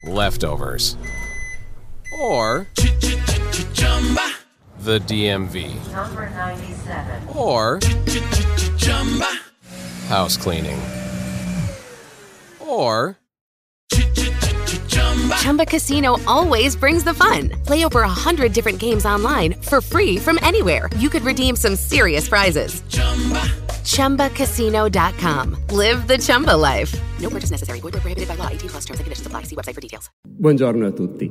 leftovers, or the DMV, number 97, or house cleaning, or Chumba Casino always brings the fun. Play over 100 different games online for free from anywhere. You could redeem some serious prizes. ChumbaCasino.com. Live the Chumba life. No purchase necessary. Void where prohibited by law. 18+ terms and conditions apply. See website for details. Buongiorno a tutti.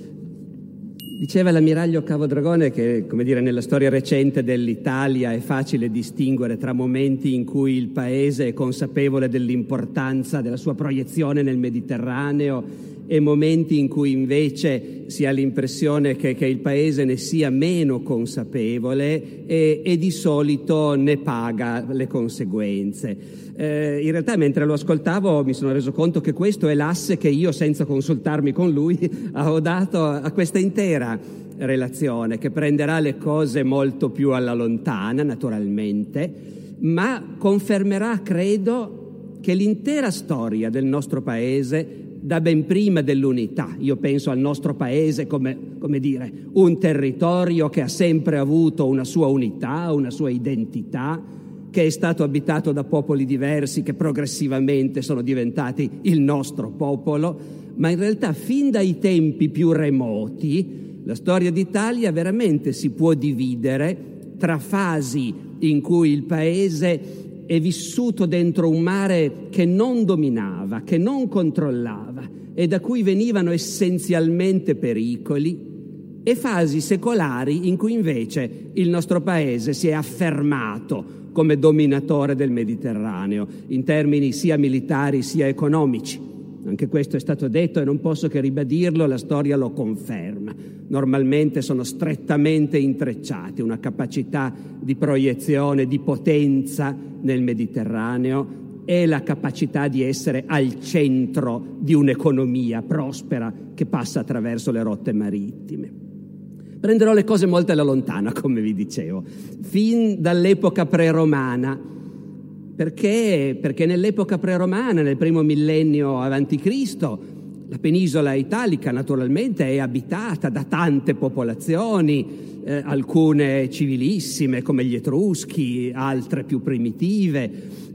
Diceva l'ammiraglio Cavodragone che, come dire, nella storia recente dell'Italia è facile distinguere tra momenti in cui il paese è consapevole dell'importanza della sua proiezione nel Mediterraneo e momenti in cui invece si ha l'impressione che il paese ne sia meno consapevole e di solito ne paga le conseguenze. In realtà, mentre lo ascoltavo, mi sono reso conto che questo è l'asse che io, senza consultarmi con lui, ho dato a questa intera relazione, che prenderà le cose molto più alla lontana, naturalmente, ma confermerà, credo, che l'intera storia del nostro paese, da ben prima dell'unità, io penso al nostro paese come dire, un territorio che ha sempre avuto una sua unità, una sua identità, che è stato abitato da popoli diversi che progressivamente sono diventati il nostro popolo, ma in realtà fin dai tempi più remoti la storia d'Italia veramente si può dividere tra fasi in cui il paese è vissuto dentro un mare che non dominava, che non controllava e da cui venivano essenzialmente pericoli, e fasi secolari in cui invece il nostro paese si è affermato come dominatore del Mediterraneo, in termini sia militari sia economici. Anche questo è stato detto e non posso che ribadirlo, la storia lo conferma. Normalmente sono strettamente intrecciati, una capacità di proiezione, di potenza nel Mediterraneo e la capacità di essere al centro di un'economia prospera che passa attraverso le rotte marittime. Prenderò le cose molto alla lontana, come vi dicevo, fin dall'epoca preromana, perché nell'epoca preromana, nel primo millennio avanti Cristo, la penisola italica naturalmente è abitata da tante popolazioni, alcune civilissime come gli Etruschi, altre più primitive.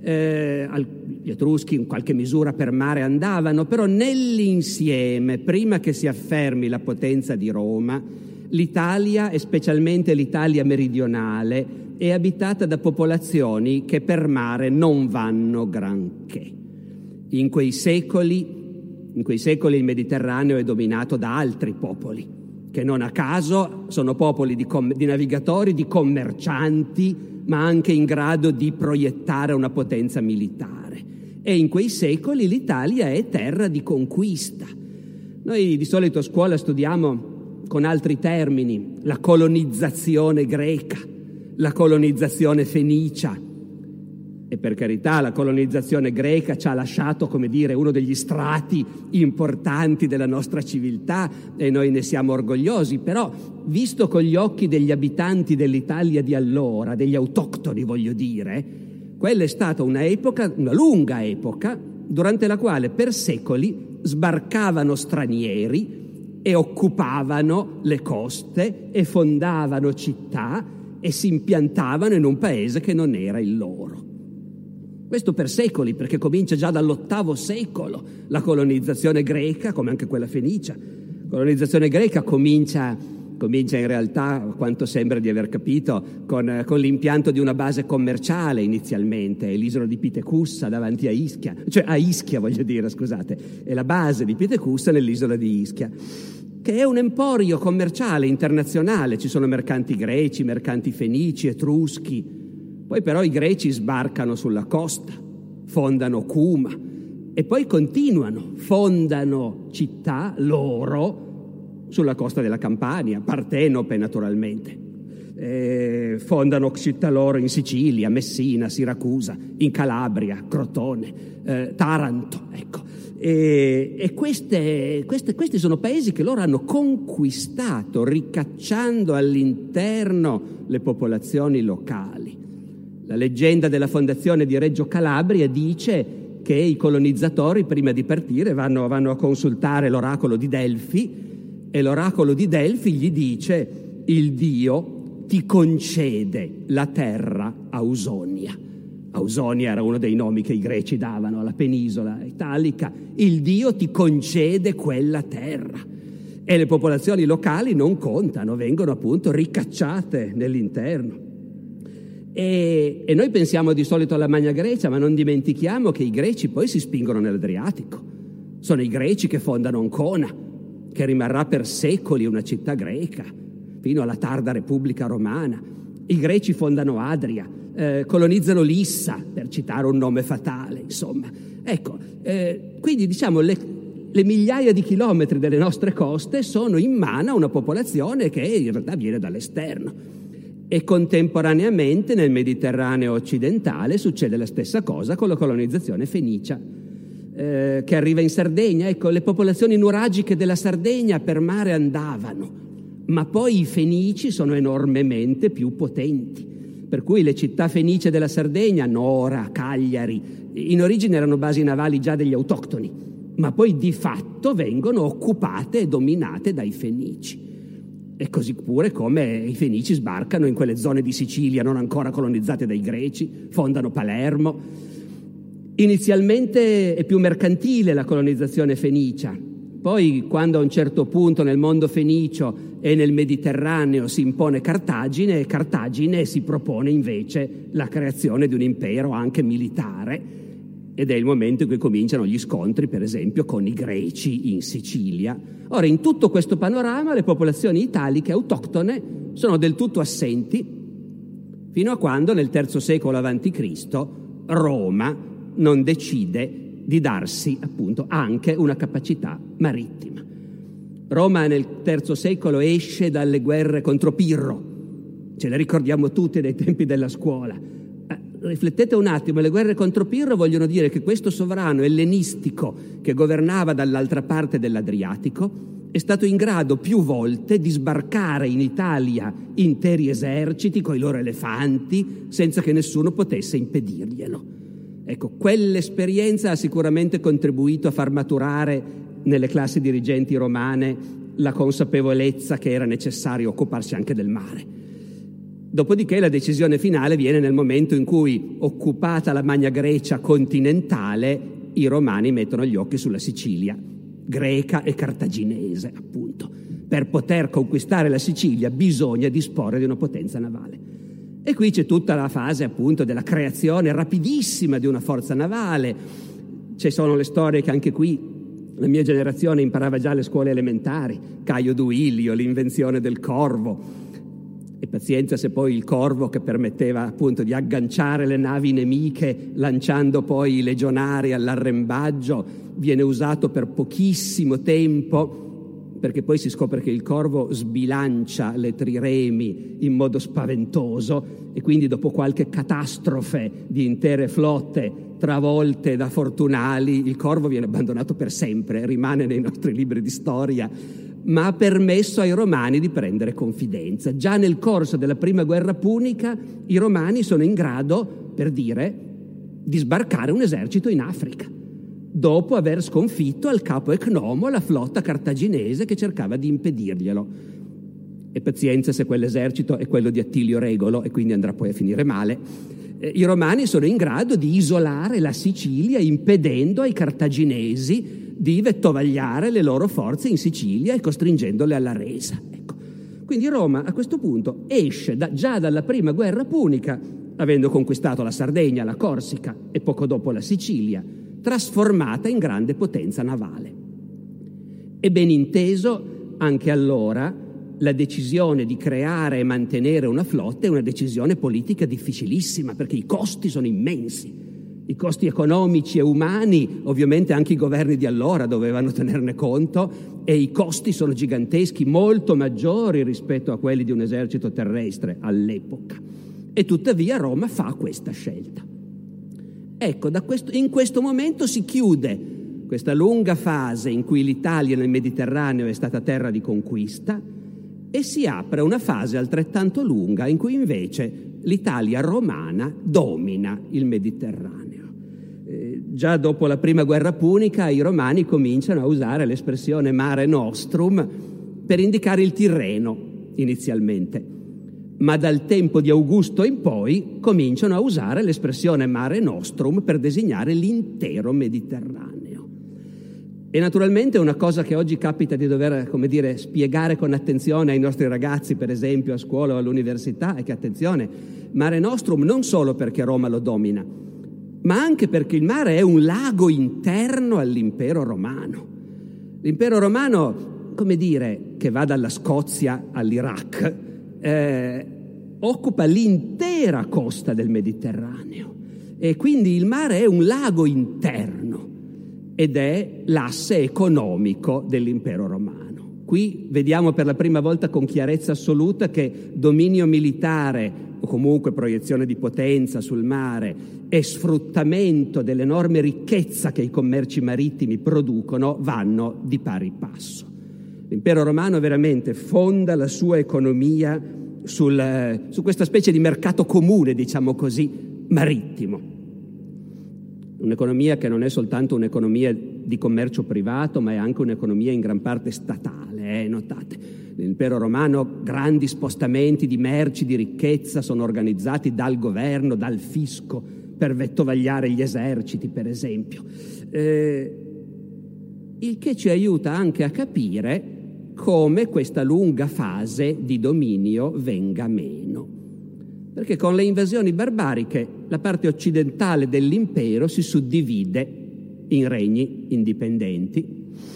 Gli Etruschi in qualche misura per mare andavano, però nell'insieme, prima che si affermi la potenza di Roma, l'Italia, e specialmente l'Italia meridionale, è abitata da popolazioni che per mare non vanno granché. In quei secoli il Mediterraneo è dominato da altri popoli, che non a caso sono popoli di navigatori, di commercianti, ma anche in grado di proiettare una potenza militare. E in quei secoli l'Italia è terra di conquista. Noi di solito a scuola studiamo con altri termini la colonizzazione greca, la colonizzazione fenicia, e per carità la colonizzazione greca ci ha lasciato, come dire, uno degli strati importanti della nostra civiltà e noi ne siamo orgogliosi, però visto con gli occhi degli abitanti dell'Italia di allora, degli autoctoni voglio dire, quella è stata una lunga epoca durante la quale per secoli sbarcavano stranieri e occupavano le coste e fondavano città e si impiantavano in un paese che non era il loro. Questo per secoli, perché comincia già dall'8° secolo la colonizzazione greca, come anche quella fenicia. La colonizzazione greca comincia in realtà, a quanto sembra di aver capito, con l'impianto di una base commerciale inizialmente, l'isola di Pitecussa davanti a Ischia, è la base di Pitecussa nell'isola di Ischia, che è un emporio commerciale internazionale. Ci sono mercanti greci, mercanti fenici, etruschi. Poi però i greci sbarcano sulla costa, fondano Cuma e poi continuano, fondano città loro sulla costa della Campania, Partenope naturalmente. Fondano città loro in Sicilia, Messina, Siracusa, in Calabria, Crotone, Taranto, ecco. E questi sono paesi che loro hanno conquistato, ricacciando all'interno le popolazioni locali. La leggenda della fondazione di Reggio Calabria dice che i colonizzatori prima di partire vanno a consultare l'oracolo di Delfi, e l'oracolo di Delfi gli dice: il Dio ti concede la terra Ausonia. Ausonia era uno dei nomi che i greci davano alla penisola italica. Il Dio ti concede quella terra. E le popolazioni locali non contano, vengono appunto ricacciate nell'interno. E noi pensiamo di solito alla Magna Grecia, ma non dimentichiamo che i greci poi si spingono nell'Adriatico. Sono i greci che fondano Ancona, che rimarrà per secoli una città greca, fino alla tarda Repubblica Romana. I greci fondano Adria, colonizzano Lissa, per citare un nome fatale, insomma. Ecco, quindi diciamo le migliaia di chilometri delle nostre coste sono in mano a una popolazione che in realtà viene dall'esterno. E contemporaneamente nel Mediterraneo occidentale succede la stessa cosa con la colonizzazione fenicia, che arriva in Sardegna. Ecco, le popolazioni nuragiche della Sardegna per mare andavano, ma poi i fenici sono enormemente più potenti, per cui le città fenicie della Sardegna, Nora, Cagliari, in origine erano basi navali già degli autoctoni, ma poi di fatto vengono occupate e dominate dai fenici. E così pure come i fenici sbarcano in quelle zone di Sicilia non ancora colonizzate dai greci, fondano Palermo. Inizialmente è più mercantile la colonizzazione fenicia, poi quando a un certo punto nel mondo fenicio e nel Mediterraneo si impone Cartagine, Cartagine si propone invece la creazione di un impero anche militare, ed è il momento in cui cominciano gli scontri, per esempio, con i greci in Sicilia. Ora, in tutto questo panorama le popolazioni italiche autoctone sono del tutto assenti, fino a quando nel III secolo a.C. Roma non decide di darsi appunto anche una capacità marittima. Roma nel III secolo esce dalle guerre contro Pirro, ce le ricordiamo tutte dai tempi della scuola. Riflettete un attimo, le guerre contro Pirro vogliono dire che questo sovrano ellenistico che governava dall'altra parte dell'Adriatico è stato in grado più volte di sbarcare in Italia interi eserciti coi loro elefanti senza che nessuno potesse impedirglielo. Ecco, quell'esperienza ha sicuramente contribuito a far maturare nelle classi dirigenti romane la consapevolezza che era necessario occuparsi anche del mare. Dopodiché la decisione finale viene nel momento in cui, occupata la Magna Grecia continentale, i romani mettono gli occhi sulla Sicilia, greca e cartaginese, appunto. Per poter conquistare la Sicilia bisogna disporre di una potenza navale. E qui c'è tutta la fase, appunto, della creazione rapidissima di una forza navale. Ci sono le storie che anche qui la mia generazione imparava già alle scuole elementari, Caio Duilio, l'invenzione del corvo. E pazienza se poi il corvo, che permetteva appunto di agganciare le navi nemiche lanciando poi i legionari all'arrembaggio, viene usato per pochissimo tempo, perché poi si scopre che il corvo sbilancia le triremi in modo spaventoso e quindi dopo qualche catastrofe di intere flotte travolte da fortunali il corvo viene abbandonato per sempre, rimane nei nostri libri di storia, ma ha permesso ai romani di prendere confidenza. Già nel corso della prima guerra punica i romani sono in grado, per dire, di sbarcare un esercito in Africa, dopo aver sconfitto al capo Ecnomo la flotta cartaginese che cercava di impedirglielo. E pazienza se quell'esercito è quello di Attilio Regolo, e quindi andrà poi a finire male. I romani sono in grado di isolare la Sicilia impedendo ai cartaginesi di vettovagliare le loro forze in Sicilia e costringendole alla resa. Ecco. Quindi Roma a questo punto esce già dalla prima guerra punica, avendo conquistato la Sardegna, la Corsica e poco dopo la Sicilia, trasformata in grande potenza navale. E ben inteso, anche allora, la decisione di creare e mantenere una flotta è una decisione politica difficilissima, perché i costi sono immensi. I costi economici e umani, ovviamente anche i governi di allora dovevano tenerne conto, e i costi sono giganteschi, molto maggiori rispetto a quelli di un esercito terrestre all'epoca. E tuttavia Roma fa questa scelta. Ecco, in questo momento si chiude questa lunga fase in cui l'Italia nel Mediterraneo è stata terra di conquista e si apre una fase altrettanto lunga in cui invece l'Italia romana domina il Mediterraneo. Già dopo la prima guerra punica i romani cominciano a usare l'espressione Mare Nostrum per indicare il Tirreno inizialmente, ma dal tempo di Augusto in poi cominciano a usare l'espressione Mare Nostrum per designare l'intero Mediterraneo. E naturalmente una cosa che oggi capita di dover, spiegare con attenzione ai nostri ragazzi, per esempio a scuola o all'università, è che attenzione, Mare Nostrum non solo perché Roma lo domina, ma anche perché il mare è un lago interno all'impero romano. L'impero romano, che va dalla Scozia all'Iraq, occupa l'intera costa del Mediterraneo e quindi il mare è un lago interno ed è l'asse economico dell'impero romano. Qui vediamo per la prima volta con chiarezza assoluta che dominio militare o comunque proiezione di potenza sul mare e sfruttamento dell'enorme ricchezza che i commerci marittimi producono vanno di pari passo. L'impero romano veramente fonda la sua economia su questa specie di mercato comune, marittimo. Un'economia che non è soltanto un'economia di commercio privato, ma è anche un'economia in gran parte statale, notate. Nell'impero romano grandi spostamenti di merci, di ricchezza sono organizzati dal governo, dal fisco, per vettovagliare gli eserciti, per esempio. Il che ci aiuta anche a capire come questa lunga fase di dominio venga meno. Perché con le invasioni barbariche la parte occidentale dell'impero si suddivide in regni indipendenti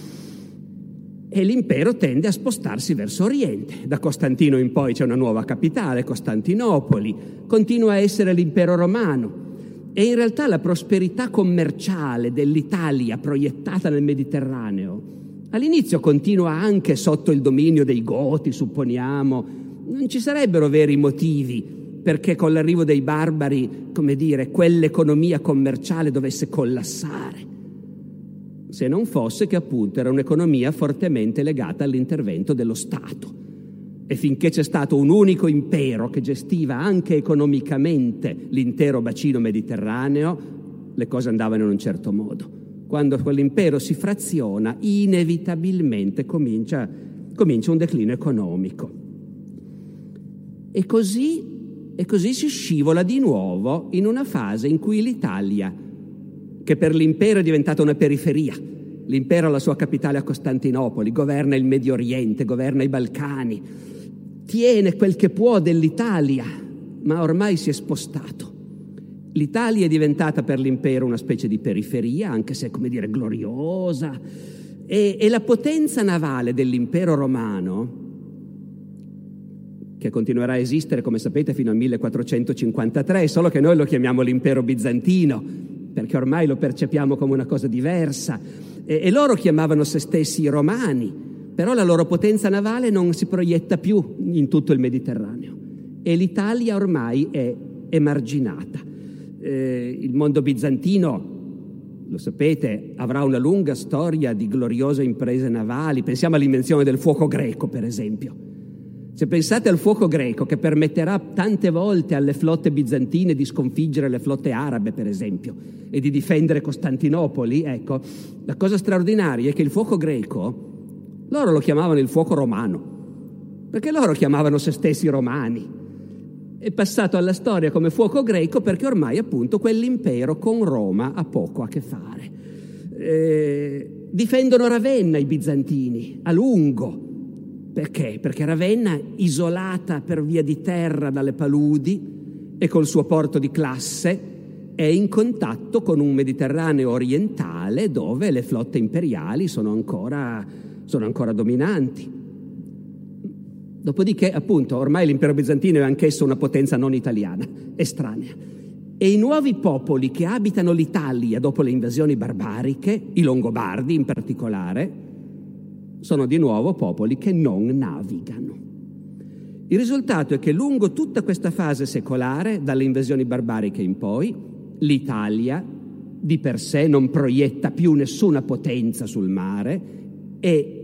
e l'impero tende a spostarsi verso oriente. Da Costantino in poi c'è una nuova capitale, Costantinopoli, continua a essere l'impero romano e in realtà la prosperità commerciale dell'Italia proiettata nel Mediterraneo all'inizio continua anche sotto il dominio dei Goti, supponiamo. Non ci sarebbero veri motivi perché con l'arrivo dei barbari, quell'economia commerciale dovesse collassare, se non fosse che appunto era un'economia fortemente legata all'intervento dello Stato. E finché c'è stato un unico impero che gestiva anche economicamente l'intero bacino mediterraneo, le cose andavano in un certo modo. Quando quell'impero si fraziona, inevitabilmente comincia un declino economico. E così si scivola di nuovo in una fase in cui l'Italia, che per l'impero è diventata una periferia, l'impero ha la sua capitale a Costantinopoli, governa il Medio Oriente, governa i Balcani, tiene quel che può dell'Italia, ma ormai si è spostato. L'Italia è diventata per l'impero una specie di periferia, anche se, gloriosa, e la potenza navale dell'impero romano, che continuerà a esistere, come sapete, fino al 1453, solo che noi lo chiamiamo l'impero bizantino, perché ormai lo percepiamo come una cosa diversa, e loro chiamavano se stessi i romani, però la loro potenza navale non si proietta più in tutto il Mediterraneo, e l'Italia ormai è emarginata. Il mondo bizantino, lo sapete, avrà una lunga storia di gloriose imprese navali. Pensiamo all'invenzione del fuoco greco, per esempio. Se pensate al fuoco greco, che permetterà tante volte alle flotte bizantine di sconfiggere le flotte arabe, per esempio, e di difendere Costantinopoli, ecco, la cosa straordinaria è che il fuoco greco, loro lo chiamavano il fuoco romano, perché loro chiamavano se stessi romani. È passato alla storia come fuoco greco perché ormai, appunto, quell'impero con Roma ha poco a che fare. Difendono Ravenna i bizantini, a lungo. Perché? Perché Ravenna, isolata per via di terra dalle paludi e col suo porto di classe, è in contatto con un Mediterraneo orientale dove le flotte imperiali sono ancora dominanti. Dopodiché, appunto, ormai l'impero bizantino è anch'esso una potenza non italiana, estranea. E i nuovi popoli che abitano l'Italia dopo le invasioni barbariche, i Longobardi in particolare, sono di nuovo popoli che non navigano. Il risultato è che lungo tutta questa fase secolare, dalle invasioni barbariche in poi, l'Italia di per sé non proietta più nessuna potenza sul mare e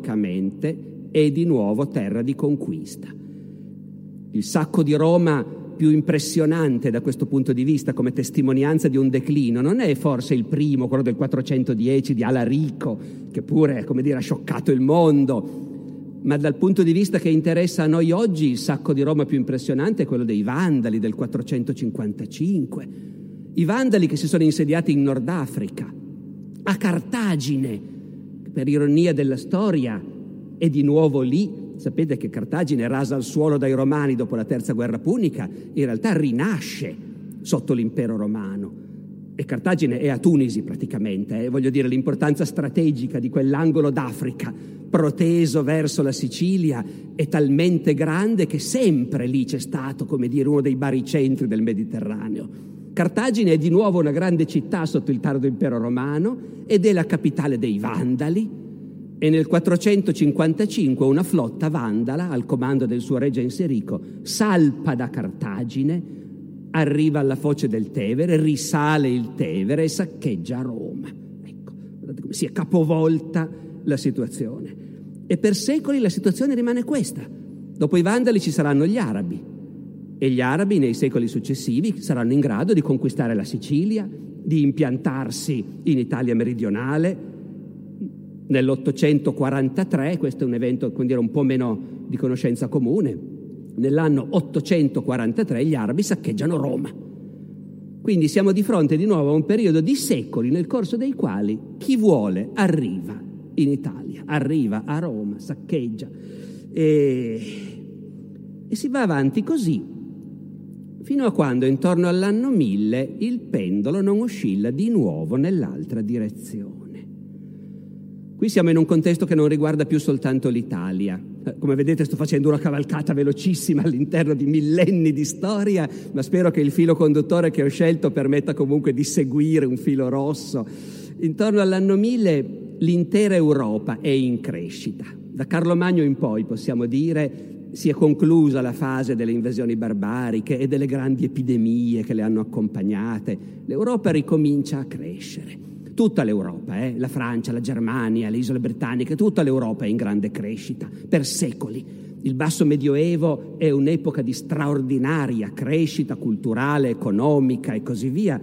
automaticamente è di nuovo terra di conquista. Il sacco di Roma più impressionante da questo punto di vista come testimonianza di un declino non è forse il primo, quello del 410 di Alarico, che pure, come dire, ha scioccato il mondo, ma dal punto di vista che interessa a noi oggi il sacco di Roma più impressionante è quello dei Vandali del 455. I Vandali che si sono insediati in Nord Africa, a Cartagine, per ironia della storia, è di nuovo lì. Sapete che Cartagine, rasa al suolo dai Romani dopo la Terza Guerra Punica, in realtà rinasce sotto l'impero romano. E Cartagine è a Tunisi praticamente, voglio dire, l'importanza strategica di quell'angolo d'Africa proteso verso la Sicilia è talmente grande che sempre lì c'è stato, come dire, uno dei baricentri del Mediterraneo. Cartagine è di nuovo una grande città sotto il tardo impero romano ed è la capitale dei Vandali, e nel 455 una flotta vandala al comando del suo regge Enserico salpa da Cartagine, arriva alla foce del Tevere, risale il Tevere e saccheggia Roma. Ecco, guardate come si è capovolta la situazione. E per secoli la situazione rimane questa. Dopo i Vandali ci saranno gli Arabi, e gli Arabi nei secoli successivi saranno in grado di conquistare la Sicilia, di impiantarsi in Italia meridionale. Nell'843, questo è un evento, come dire, un po' meno di conoscenza comune, nell'anno 843 gli arabi saccheggiano Roma. Quindi siamo di fronte di nuovo a un periodo di secoli nel corso dei quali chi vuole arriva in Italia, arriva a Roma, saccheggia e si va avanti così fino a quando intorno all'anno 1000 il pendolo non oscilla di nuovo nell'altra direzione. Qui siamo in un contesto che non riguarda più soltanto l'Italia. Come vedete sto facendo una cavalcata velocissima all'interno di millenni di storia, ma spero che il filo conduttore che ho scelto permetta comunque di seguire un filo rosso. Intorno all'anno 1000 l'intera Europa è in crescita. Da Carlo Magno in poi, possiamo dire, si è conclusa la fase delle invasioni barbariche e delle grandi epidemie che le hanno accompagnate. L'Europa ricomincia a crescere. Tutta l'Europa, la Francia, la Germania, le isole britanniche, tutta l'Europa è in grande crescita per secoli. Il basso medioevo è un'epoca di straordinaria crescita culturale, economica e così via.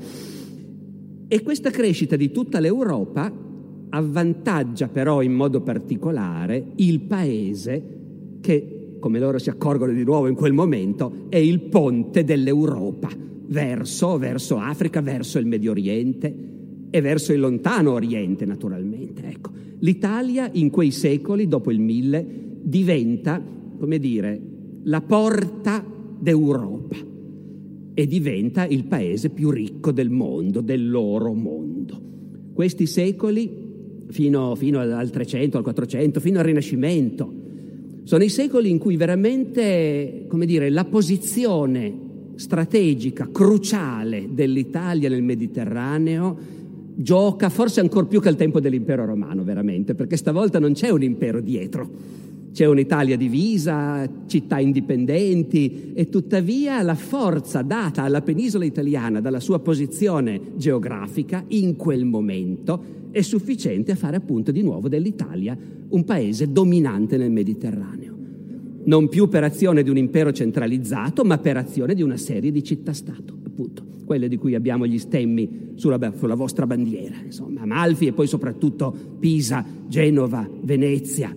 E questa crescita di tutta l'Europa avvantaggia però in modo particolare il paese che, come loro si accorgono di nuovo in quel momento, è il ponte dell'Europa verso Africa, verso il Medio Oriente e verso il lontano Oriente, naturalmente. Ecco, l'Italia in quei secoli, dopo il 1000, diventa, come dire, la porta d'Europa e diventa il paese più ricco del mondo, del loro mondo. Questi secoli, fino al 300, al 400, fino al Rinascimento, sono i secoli in cui veramente, come dire, la posizione strategica, cruciale dell'Italia nel Mediterraneo gioca forse ancor più che al tempo dell'impero romano, veramente, perché stavolta non c'è un impero dietro, c'è un'Italia divisa, città indipendenti, e tuttavia la forza data alla penisola italiana dalla sua posizione geografica in quel momento è sufficiente a fare appunto di nuovo dell'Italia un paese dominante nel Mediterraneo. Non più per azione di un impero centralizzato, ma per azione di una serie di città-stato, appunto, quelle di cui abbiamo gli stemmi sulla vostra bandiera, insomma, Amalfi e poi soprattutto Pisa, Genova, Venezia.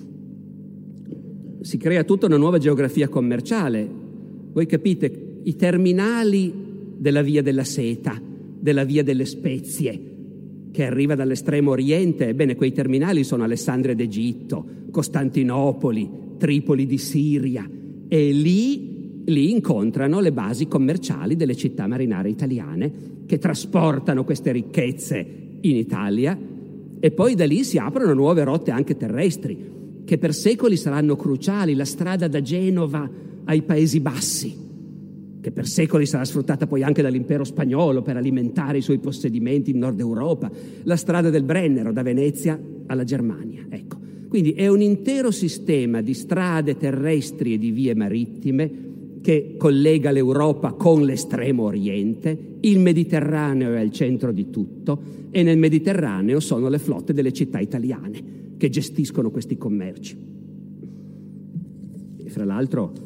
Si crea tutta una nuova geografia commerciale. Voi capite, i terminali della via della seta, della via delle spezie, che arriva dall'estremo oriente, ebbene quei terminali sono Alessandria d'Egitto, Costantinopoli, Tripoli di Siria, e lì incontrano le basi commerciali delle città marinare italiane che trasportano queste ricchezze in Italia, e poi da lì si aprono nuove rotte anche terrestri che per secoli saranno cruciali. La strada da Genova ai Paesi Bassi, che per secoli sarà sfruttata poi anche dall'impero spagnolo per alimentare i suoi possedimenti in Nord Europa, la strada del Brennero da Venezia alla Germania. Ecco, quindi è un intero sistema di strade terrestri e di vie marittime che collega l'Europa con l'estremo oriente. Il Mediterraneo è al centro di tutto e nel Mediterraneo sono le flotte delle città italiane che gestiscono questi commerci. E fra l'altro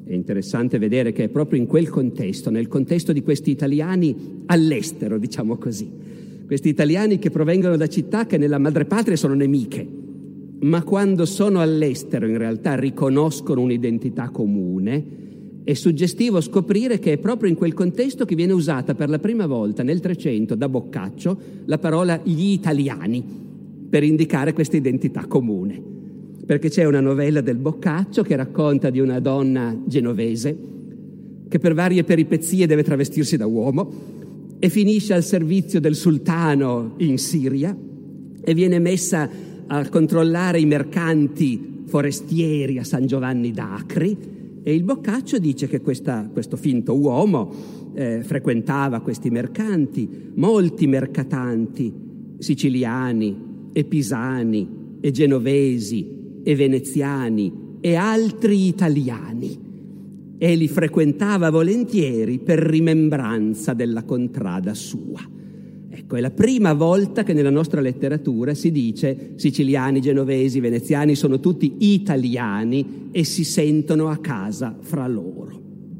È interessante vedere che è proprio in quel contesto, nel contesto di questi italiani all'estero, diciamo così, questi italiani che provengono da città che nella madrepatria sono nemiche, ma quando sono all'estero in realtà riconoscono un'identità comune. È suggestivo scoprire che è proprio in quel contesto che viene usata per la prima volta nel 300 da Boccaccio la parola gli italiani per indicare questa identità comune. Perché c'è una novella del Boccaccio che racconta di una donna genovese che per varie peripezie deve travestirsi da uomo e finisce al servizio del sultano in Siria e viene messa a controllare i mercanti forestieri a San Giovanni d'Acri. E il Boccaccio dice che questo finto uomo frequentava questi mercanti, molti mercatanti siciliani e pisani e genovesi e veneziani e altri italiani, e li frequentava volentieri per rimembranza della contrada sua. Ecco, è la prima volta che nella nostra letteratura si dice siciliani, genovesi, veneziani sono tutti italiani e si sentono a casa fra loro.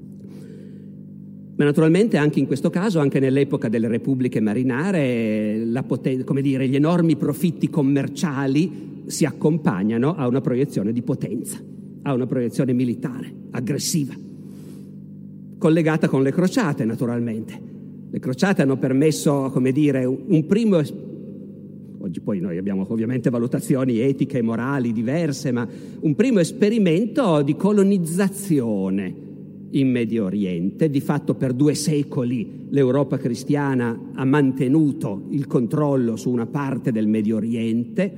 Ma naturalmente anche in questo caso, anche nell'epoca delle repubbliche marinare, gli enormi profitti commerciali si accompagnano a una proiezione di potenza, a una proiezione militare, aggressiva, collegata con le crociate naturalmente. Le crociate hanno permesso, un primo... Oggi poi noi abbiamo ovviamente valutazioni etiche e morali diverse, ma un primo esperimento di colonizzazione in Medio Oriente. Di fatto per 2 secoli l'Europa cristiana ha mantenuto il controllo su una parte del Medio Oriente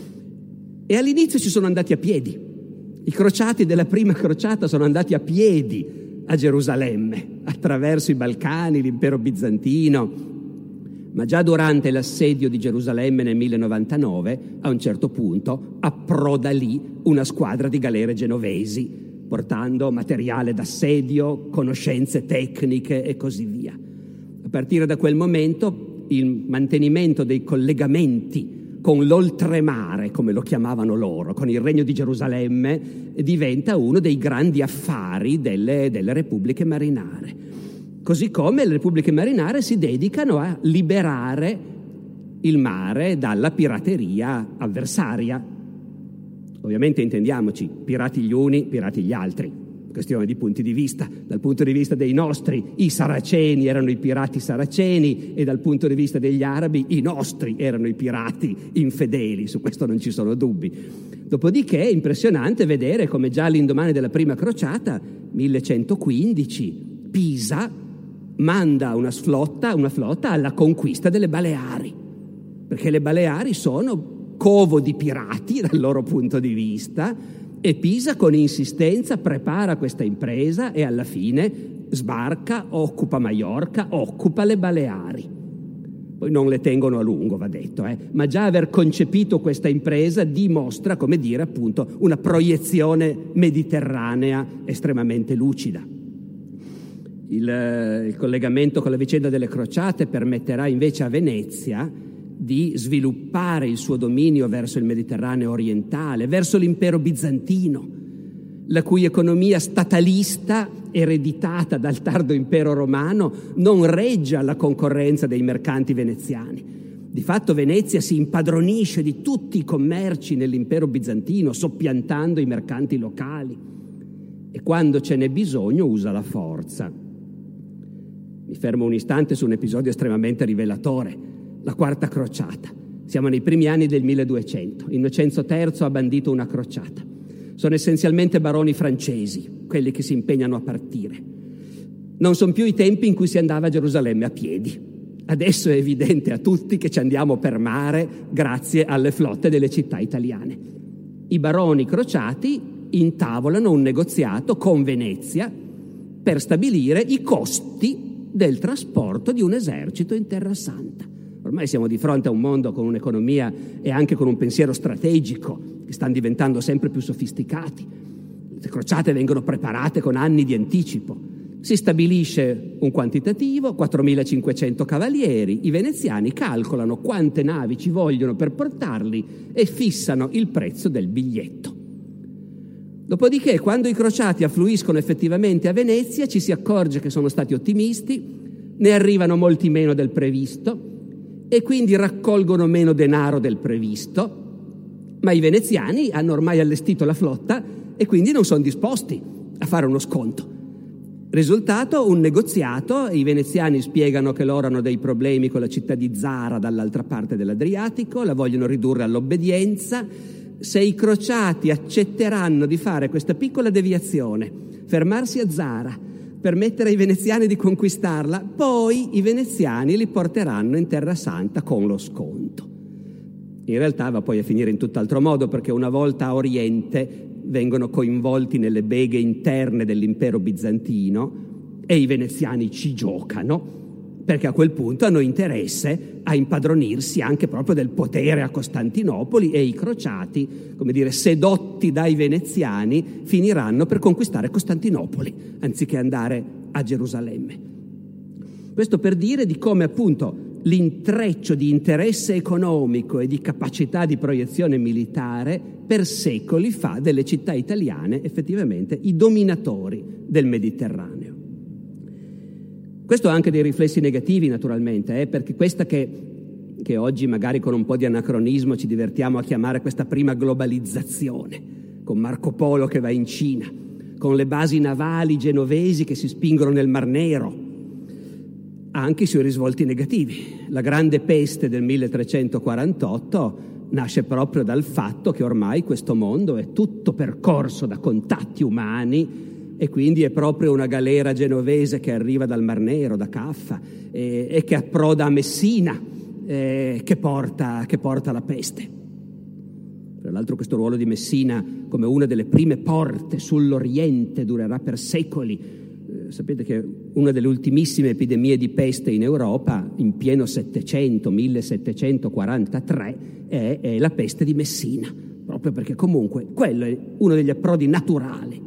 e all'inizio ci sono andati a piedi. I crociati della prima crociata sono andati a piedi a Gerusalemme, attraverso i Balcani, l'impero bizantino, ma già durante l'assedio di Gerusalemme nel 1099, a un certo punto, approda lì una squadra di galere genovesi, portando materiale d'assedio, conoscenze tecniche e così via. A partire da quel momento, il mantenimento dei collegamenti con l'oltremare, come lo chiamavano loro, con il regno di Gerusalemme, diventa uno dei grandi affari delle repubbliche marinare. Così come le repubbliche marinare si dedicano a liberare il mare dalla pirateria avversaria. Ovviamente intendiamoci, pirati gli uni, pirati gli altri. Questione di punti di vista. Dal punto di vista dei nostri, i saraceni erano i pirati saraceni, e dal punto di vista degli arabi i nostri erano i pirati infedeli, su questo non ci sono dubbi. Dopodiché è impressionante vedere come già all'indomani della prima crociata, 1115, Pisa manda una flotta alla conquista delle Baleari, perché le Baleari sono covo di pirati dal loro punto di vista, e Pisa con insistenza prepara questa impresa e alla fine sbarca, occupa Maiorca, occupa le Baleari. Poi non le tengono a lungo, va detto, ma già aver concepito questa impresa dimostra, appunto, una proiezione mediterranea estremamente lucida. Il collegamento con la vicenda delle crociate permetterà invece a Venezia di sviluppare il suo dominio verso il Mediterraneo orientale, verso l'impero bizantino, la cui economia statalista, ereditata dal tardo impero romano, non regge alla concorrenza dei mercanti veneziani. Di fatto Venezia si impadronisce di tutti i commerci nell'impero bizantino, soppiantando i mercanti locali, e quando ce n'è bisogno usa la forza. Mi fermo un istante su un episodio estremamente rivelatore: la quarta crociata. Siamo nei primi anni del 1200. Innocenzo III ha bandito una crociata. Sono essenzialmente baroni francesi quelli che si impegnano a partire. Non sono più i tempi in cui si andava a Gerusalemme a piedi. Adesso è evidente a tutti che ci andiamo per mare grazie alle flotte delle città italiane. I baroni crociati intavolano un negoziato con Venezia per stabilire i costi del trasporto di un esercito in Terra Santa. Ormai siamo di fronte a un mondo con un'economia e anche con un pensiero strategico che stanno diventando sempre più sofisticati. Le crociate vengono preparate con anni di anticipo. Si stabilisce un quantitativo, 4.500 cavalieri. I veneziani calcolano quante navi ci vogliono per portarli e fissano il prezzo del biglietto. Dopodiché, quando i crociati affluiscono effettivamente a Venezia, ci si accorge che sono stati ottimisti, ne arrivano molti meno del previsto e quindi raccolgono meno denaro del previsto, ma i veneziani hanno ormai allestito la flotta e quindi non sono disposti a fare uno sconto. Risultato, un negoziato. I veneziani spiegano che loro hanno dei problemi con la città di Zara dall'altra parte dell'Adriatico, la vogliono ridurre all'obbedienza. Se i crociati accetteranno di fare questa piccola deviazione, fermarsi a Zara, permettere ai veneziani di conquistarla, poi i veneziani li porteranno in Terra Santa con lo sconto. In realtà va poi a finire in tutt'altro modo, perché una volta a Oriente vengono coinvolti nelle beghe interne dell'impero bizantino e i veneziani ci giocano, perché a quel punto hanno interesse a impadronirsi anche proprio del potere a Costantinopoli, e i crociati, come dire, sedotti dai veneziani, finiranno per conquistare Costantinopoli anziché andare a Gerusalemme. Questo per dire di come appunto l'intreccio di interesse economico e di capacità di proiezione militare per secoli fa delle città italiane effettivamente i dominatori del Mediterraneo. Questo ha anche dei riflessi negativi, naturalmente, perché questa che oggi magari con un po' di anacronismo ci divertiamo a chiamare questa prima globalizzazione, con Marco Polo che va in Cina, con le basi navali genovesi che si spingono nel Mar Nero, ha anche i suoi risvolti negativi. La grande peste del 1348 nasce proprio dal fatto che ormai questo mondo è tutto percorso da contatti umani, e quindi è proprio una galera genovese che arriva dal Mar Nero, da Caffa, e che approda a Messina, che porta la peste. Tra l'altro questo ruolo di Messina come una delle prime porte sull'Oriente durerà per secoli. Sapete che una delle ultimissime epidemie di peste in Europa, in pieno 1743, è la peste di Messina, proprio perché comunque quello è uno degli approdi naturali.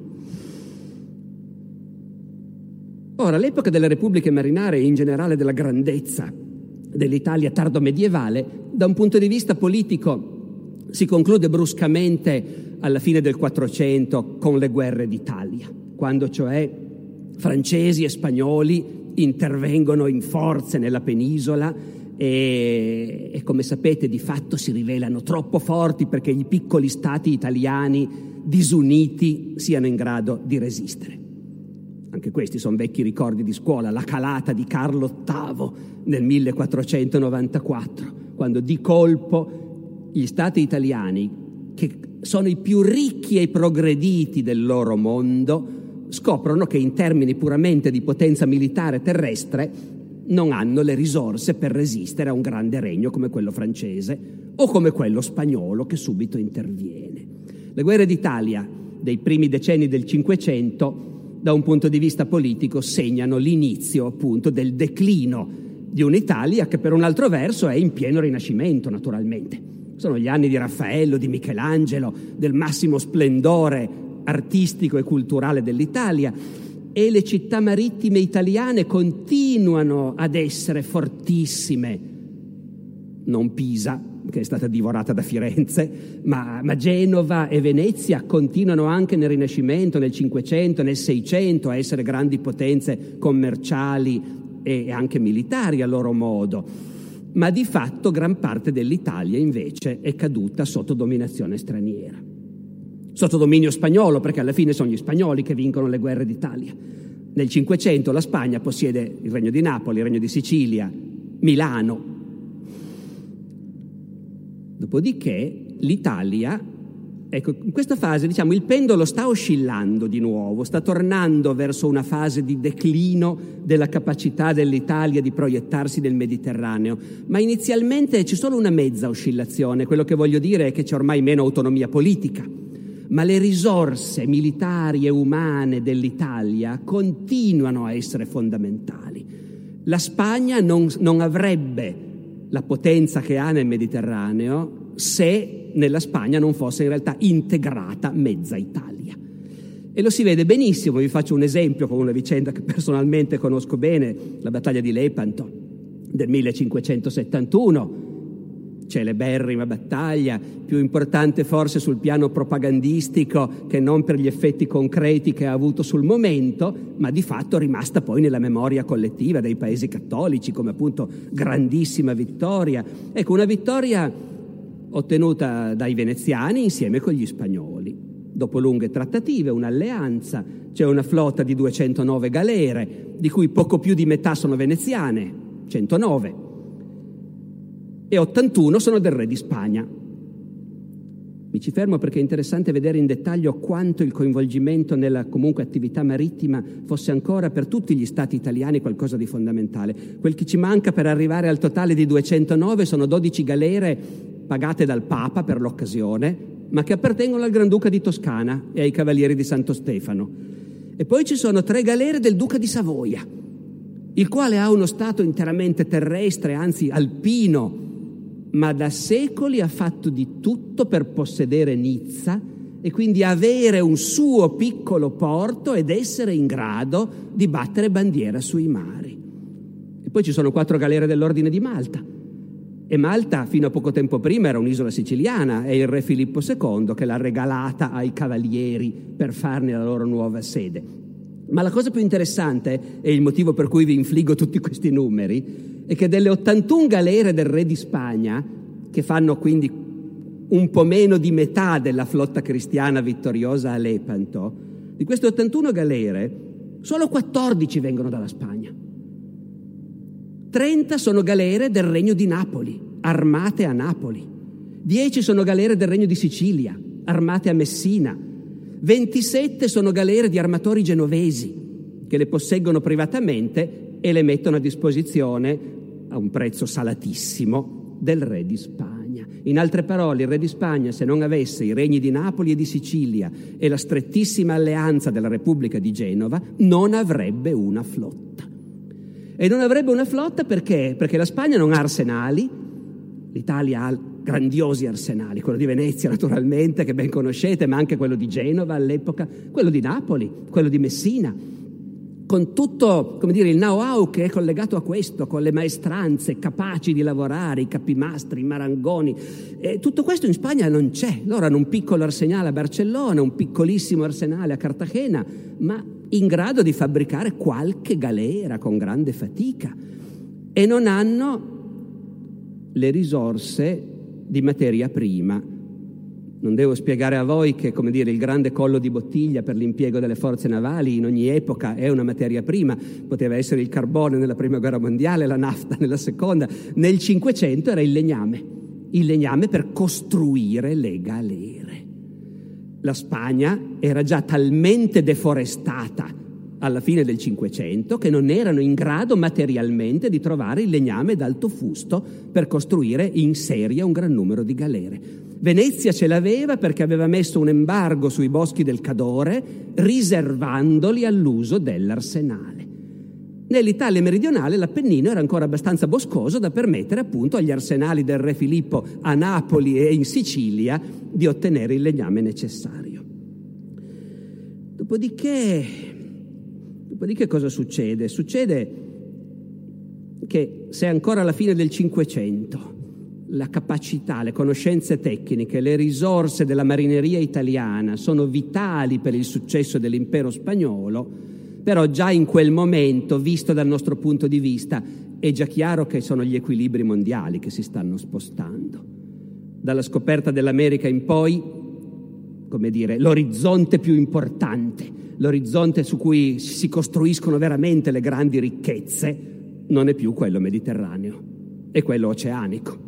Ora, l'epoca delle repubbliche marinare e in generale della grandezza dell'Italia tardo-medievale, da un punto di vista politico, si conclude bruscamente alla fine del 400 con le guerre d'Italia, quando cioè francesi e spagnoli intervengono in forze nella penisola e come sapete di fatto si rivelano troppo forti perché i piccoli stati italiani disuniti siano in grado di resistere. Anche questi sono vecchi ricordi di scuola, la calata di Carlo VIII nel 1494, quando di colpo gli stati italiani, che sono i più ricchi e i progrediti del loro mondo, scoprono che in termini puramente di potenza militare terrestre non hanno le risorse per resistere a un grande regno come quello francese o come quello spagnolo che subito interviene. Le guerre d'Italia dei primi decenni del Cinquecento, da un punto di vista politico, segnano l'inizio appunto del declino di un'Italia che per un altro verso è in pieno rinascimento, naturalmente. Sono gli anni di Raffaello, di Michelangelo, del massimo splendore artistico e culturale dell'Italia, e le città marittime italiane continuano ad essere fortissime. Non Pisa, che è stata divorata da Firenze, ma Genova e Venezia continuano anche nel Rinascimento, nel Cinquecento, nel Seicento a essere grandi potenze commerciali e anche militari a loro modo. Ma di fatto gran parte dell'Italia invece è caduta sotto dominazione straniera, sotto dominio spagnolo, perché alla fine sono gli spagnoli che vincono le guerre d'Italia. Nel Cinquecento la Spagna possiede il Regno di Napoli, il Regno di Sicilia, Milano. Dopodiché l'Italia, ecco, in questa fase diciamo il pendolo sta oscillando di nuovo, sta tornando verso una fase di declino della capacità dell'Italia di proiettarsi nel Mediterraneo, ma inizialmente c'è solo una mezza oscillazione. Quello che voglio dire è che c'è ormai meno autonomia politica, ma le risorse militari e umane dell'Italia continuano a essere fondamentali. La Spagna non avrebbe la potenza che ha nel Mediterraneo se nella Spagna non fosse in realtà integrata mezza Italia. E lo si vede benissimo. Vi faccio un esempio con una vicenda che personalmente conosco bene, la battaglia di Lepanto del 1571. celeberrima battaglia, più importante forse sul piano propagandistico che non per gli effetti concreti che ha avuto sul momento, ma di fatto rimasta poi nella memoria collettiva dei paesi cattolici come appunto grandissima vittoria. Ecco, una vittoria ottenuta dai veneziani insieme con gli spagnoli. Dopo lunghe trattative, un'alleanza, c'è una flotta di 209 galere, di cui poco più di metà sono veneziane, 109, e 81 sono del re di Spagna. Mi ci fermo perché è interessante vedere in dettaglio quanto il coinvolgimento nella comunque attività marittima fosse ancora per tutti gli stati italiani qualcosa di fondamentale. Quel che ci manca per arrivare al totale di 209 sono 12 galere pagate dal Papa per l'occasione, ma che appartengono al Granduca di Toscana e ai Cavalieri di Santo Stefano. E poi ci sono 3 galere del Duca di Savoia, il quale ha uno stato interamente terrestre, anzi alpino, ma da secoli ha fatto di tutto per possedere Nizza e quindi avere un suo piccolo porto ed essere in grado di battere bandiera sui mari. E poi ci sono 4 galere dell'Ordine di Malta. E Malta fino a poco tempo prima era un'isola siciliana, è il re Filippo II che l'ha regalata ai cavalieri per farne la loro nuova sede. Ma la cosa più interessante, e il motivo per cui vi infliggo tutti questi numeri, è che delle 81 galere del re di Spagna, che fanno quindi un po' meno di metà della flotta cristiana vittoriosa a Lepanto, di queste 81 galere solo 14 vengono dalla Spagna. 30 sono galere del Regno di Napoli, armate a Napoli. 10 sono galere del Regno di Sicilia, armate a Messina. 27 sono galere di armatori genovesi, che le posseggono privatamente e le mettono a disposizione a un prezzo salatissimo del re di Spagna. In altre parole, il re di Spagna, se non avesse i regni di Napoli e di Sicilia e la strettissima alleanza della Repubblica di Genova, non avrebbe una flotta. E non avrebbe una flotta perché? Perché la Spagna non ha arsenali, l'Italia ha grandiosi arsenali, quello di Venezia naturalmente, che ben conoscete, ma anche quello di Genova all'epoca, quello di Napoli, quello di Messina, con tutto, come dire, il know-how che è collegato a questo, con le maestranze capaci di lavorare, i capimastri, i marangoni. E tutto questo in Spagna non c'è. Loro hanno un piccolo arsenale a Barcellona, un piccolissimo arsenale a Cartagena, ma in grado di fabbricare qualche galera con grande fatica. E non hanno le risorse di materia prima. Non devo spiegare a voi che, come dire, il grande collo di bottiglia per l'impiego delle forze navali in ogni epoca è una materia prima. Poteva essere il carbone nella prima guerra mondiale, la nafta nella seconda. Nel Cinquecento era il legname per costruire le galere. La Spagna era già talmente deforestata alla fine del Cinquecento che non erano in grado materialmente di trovare il legname d'alto fusto per costruire in serie un gran numero di galere. Venezia ce l'aveva perché aveva messo un embargo sui boschi del Cadore, riservandoli all'uso dell'arsenale. Nell'Italia meridionale l'Appennino era ancora abbastanza boscoso da permettere appunto agli arsenali del re Filippo a Napoli e in Sicilia di ottenere il legname necessario. Dopodiché cosa succede? Succede che se ancora alla fine del Cinquecento la capacità, le conoscenze tecniche, le risorse della marineria italiana sono vitali per il successo dell'impero spagnolo, però già in quel momento, visto dal nostro punto di vista, è già chiaro che sono gli equilibri mondiali che si stanno spostando. Dalla scoperta dell'America in poi, come dire, l'orizzonte più importante, l'orizzonte su cui si costruiscono veramente le grandi ricchezze, non è più quello mediterraneo, è quello oceanico.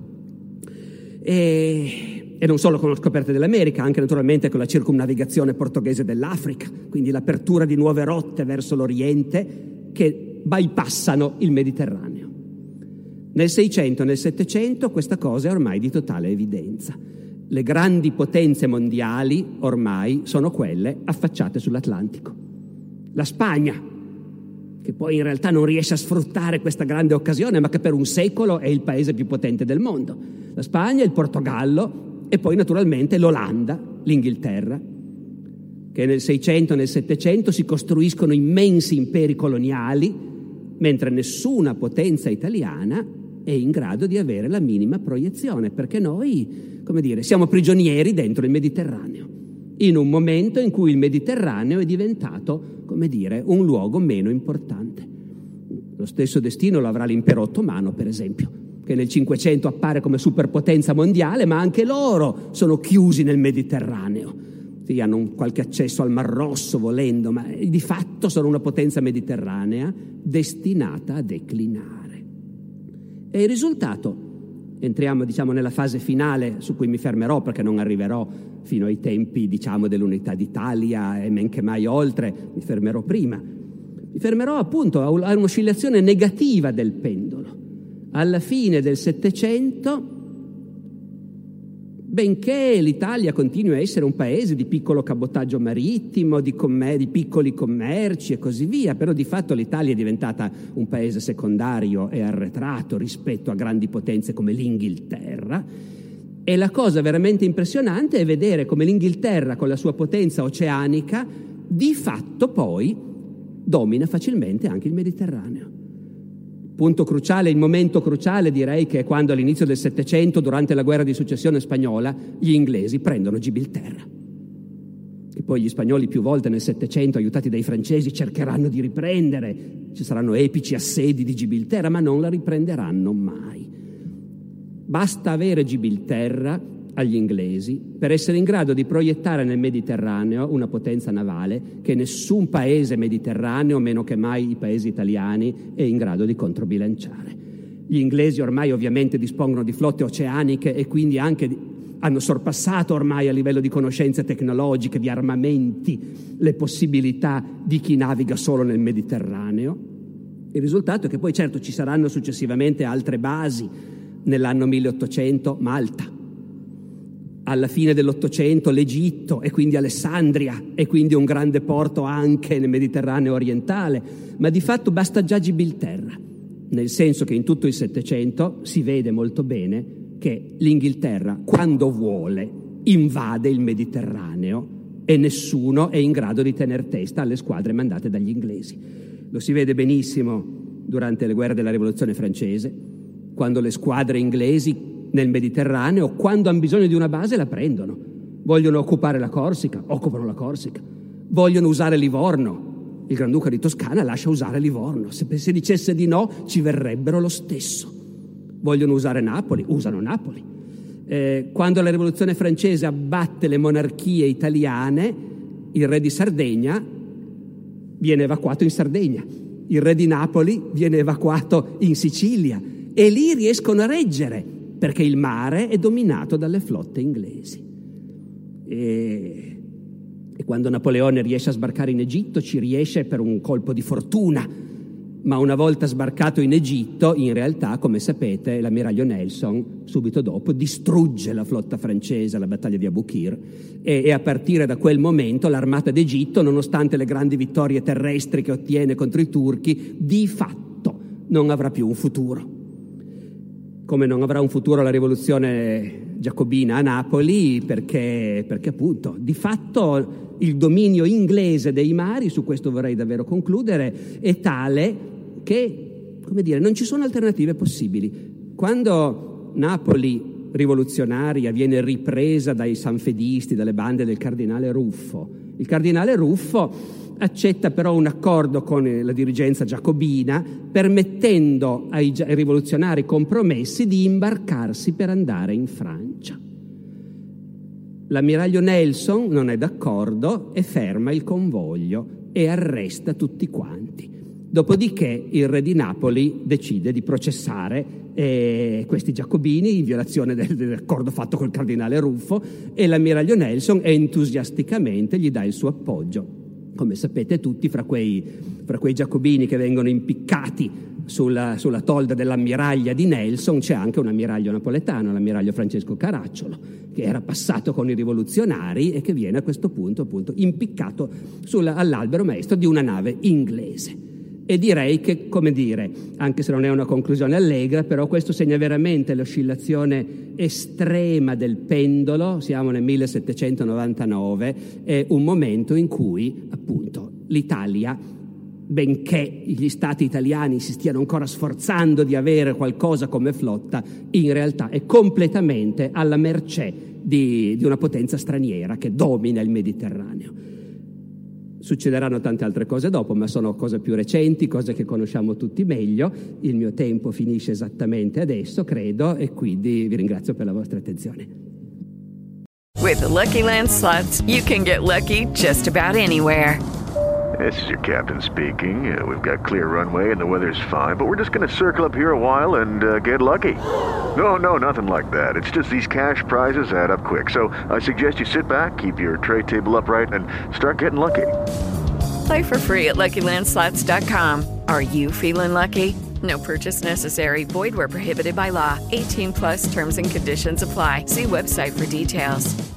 E non solo con la scoperta dell'America, anche naturalmente con la circumnavigazione portoghese dell'Africa, quindi l'apertura di nuove rotte verso l'Oriente che bypassano il Mediterraneo. Nel 600 e nel 700 questa cosa è ormai di totale evidenza. Le grandi potenze mondiali ormai sono quelle affacciate sull'Atlantico. La Spagna, che poi in realtà non riesce a sfruttare questa grande occasione, ma che per un secolo è il paese più potente del mondo. La Spagna, il Portogallo e poi naturalmente l'Olanda, l'Inghilterra, che nel 600 e nel 700 si costruiscono immensi imperi coloniali, mentre nessuna potenza italiana è in grado di avere la minima proiezione, perché noi, come dire, siamo prigionieri dentro il Mediterraneo, in un momento in cui il Mediterraneo è diventato, come dire, un luogo meno importante. Lo stesso destino lo avrà l'impero ottomano, per esempio, che nel Cinquecento appare come superpotenza mondiale, ma anche loro sono chiusi nel Mediterraneo. Sì, hanno qualche accesso al Mar Rosso volendo, ma di fatto sono una potenza mediterranea destinata a declinare. E il risultato, entriamo diciamo nella fase finale su cui mi fermerò perché non arriverò fino ai tempi diciamo dell'Unità d'Italia e men che mai oltre, mi fermerò prima. Mi fermerò appunto a un'oscillazione negativa del pendolo. Alla fine del Settecento, benché l'Italia continui a essere un paese di piccolo cabotaggio marittimo, di piccoli commerci e così via, però di fatto l'Italia è diventata un paese secondario e arretrato rispetto a grandi potenze come l'Inghilterra. E la cosa veramente impressionante è vedere come l'Inghilterra, con la sua potenza oceanica, di fatto poi domina facilmente anche il Mediterraneo. Punto cruciale, il momento cruciale direi che è quando all'inizio del Settecento, durante la guerra di successione spagnola, gli inglesi prendono Gibilterra. E poi gli spagnoli più volte nel Settecento, aiutati dai francesi, cercheranno di riprendere. Ci saranno epici assedi di Gibilterra, ma non la riprenderanno mai. Basta avere Gibilterra agli inglesi per essere in grado di proiettare nel Mediterraneo una potenza navale che nessun paese mediterraneo, meno che mai i paesi italiani, è in grado di controbilanciare. Gli inglesi ormai ovviamente dispongono di flotte oceaniche e quindi anche hanno sorpassato ormai a livello di conoscenze tecnologiche, di armamenti, le possibilità di chi naviga solo nel Mediterraneo. Il risultato è che poi certo ci saranno successivamente altre basi. Nell'anno 1800 Malta, alla fine dell'Ottocento l'Egitto e quindi Alessandria e quindi un grande porto anche nel Mediterraneo orientale, ma di fatto basta già Gibilterra, nel senso che in tutto il Settecento si vede molto bene che l'Inghilterra, quando vuole, invade il Mediterraneo e nessuno è in grado di tener testa alle squadre mandate dagli inglesi. Lo si vede benissimo durante le guerre della Rivoluzione francese, quando le squadre inglesi nel Mediterraneo, quando hanno bisogno di una base, la prendono. Vogliono occupare la Corsica, occupano la Corsica. Vogliono usare Livorno. Il Granduca di Toscana lascia usare Livorno. Se dicesse di no, ci verrebbero lo stesso. Vogliono usare Napoli, usano Napoli. Quando la Rivoluzione francese abbatte le monarchie italiane, il re di Sardegna viene evacuato in Sardegna. Il re di Napoli viene evacuato in Sicilia. E lì riescono a reggere, perché il mare è dominato dalle flotte inglesi. E quando Napoleone riesce a sbarcare in Egitto, ci riesce per un colpo di fortuna, ma una volta sbarcato in Egitto, in realtà, come sapete, l'ammiraglio Nelson, subito dopo, distrugge la flotta francese alla battaglia di Aboukir e a partire da quel momento l'armata d'Egitto, nonostante le grandi vittorie terrestri che ottiene contro i turchi, di fatto non avrà più un futuro. Come non avrà un futuro la rivoluzione giacobina a Napoli, perché appunto di fatto il dominio inglese dei mari, su questo vorrei davvero concludere, è tale che, come dire, non ci sono alternative possibili. Quando Napoli rivoluzionaria viene ripresa dai sanfedisti, dalle bande del cardinale Ruffo, il cardinale Ruffo accetta però un accordo con la dirigenza giacobina, permettendo ai rivoluzionari compromessi di imbarcarsi per andare in Francia. L'ammiraglio Nelson non è d'accordo e ferma il convoglio e arresta tutti quanti. Dopodiché il re di Napoli decide di processare questi giacobini in violazione dell'accordo fatto col cardinale Ruffo, e l'ammiraglio Nelson entusiasticamente gli dà il suo appoggio. Come sapete tutti, fra quei giacobini che vengono impiccati sulla tolda dell'ammiraglia di Nelson c'è anche un ammiraglio napoletano, l'ammiraglio Francesco Caracciolo, che era passato con i rivoluzionari e che viene a questo punto appunto impiccato all'albero maestro di una nave inglese. E direi che, come dire, anche se non è una conclusione allegra, però questo segna veramente l'oscillazione estrema del pendolo. Siamo nel 1799, è un momento in cui appunto l'Italia benché gli stati italiani si stiano ancora sforzando di avere qualcosa come flotta, in realtà è completamente alla mercé di una potenza straniera che domina il Mediterraneo. Succederanno tante altre cose dopo, ma sono cose più recenti, cose che conosciamo tutti meglio. Il mio tempo finisce esattamente adesso, credo, e quindi vi ringrazio per la vostra attenzione. With the Lucky Land Slots, you can get lucky just about anywhere. This is your captain speaking. We've got clear runway and the weather's fine, but we're just going to circle up here a while and get lucky. No, nothing like that. It's just these cash prizes add up quick. So I suggest you sit back, keep your tray table upright, and start getting lucky. Play for free at LuckyLandSlots.com. Are you feeling lucky? No purchase necessary. Void where prohibited by law. 18+ terms and conditions apply. See website for details.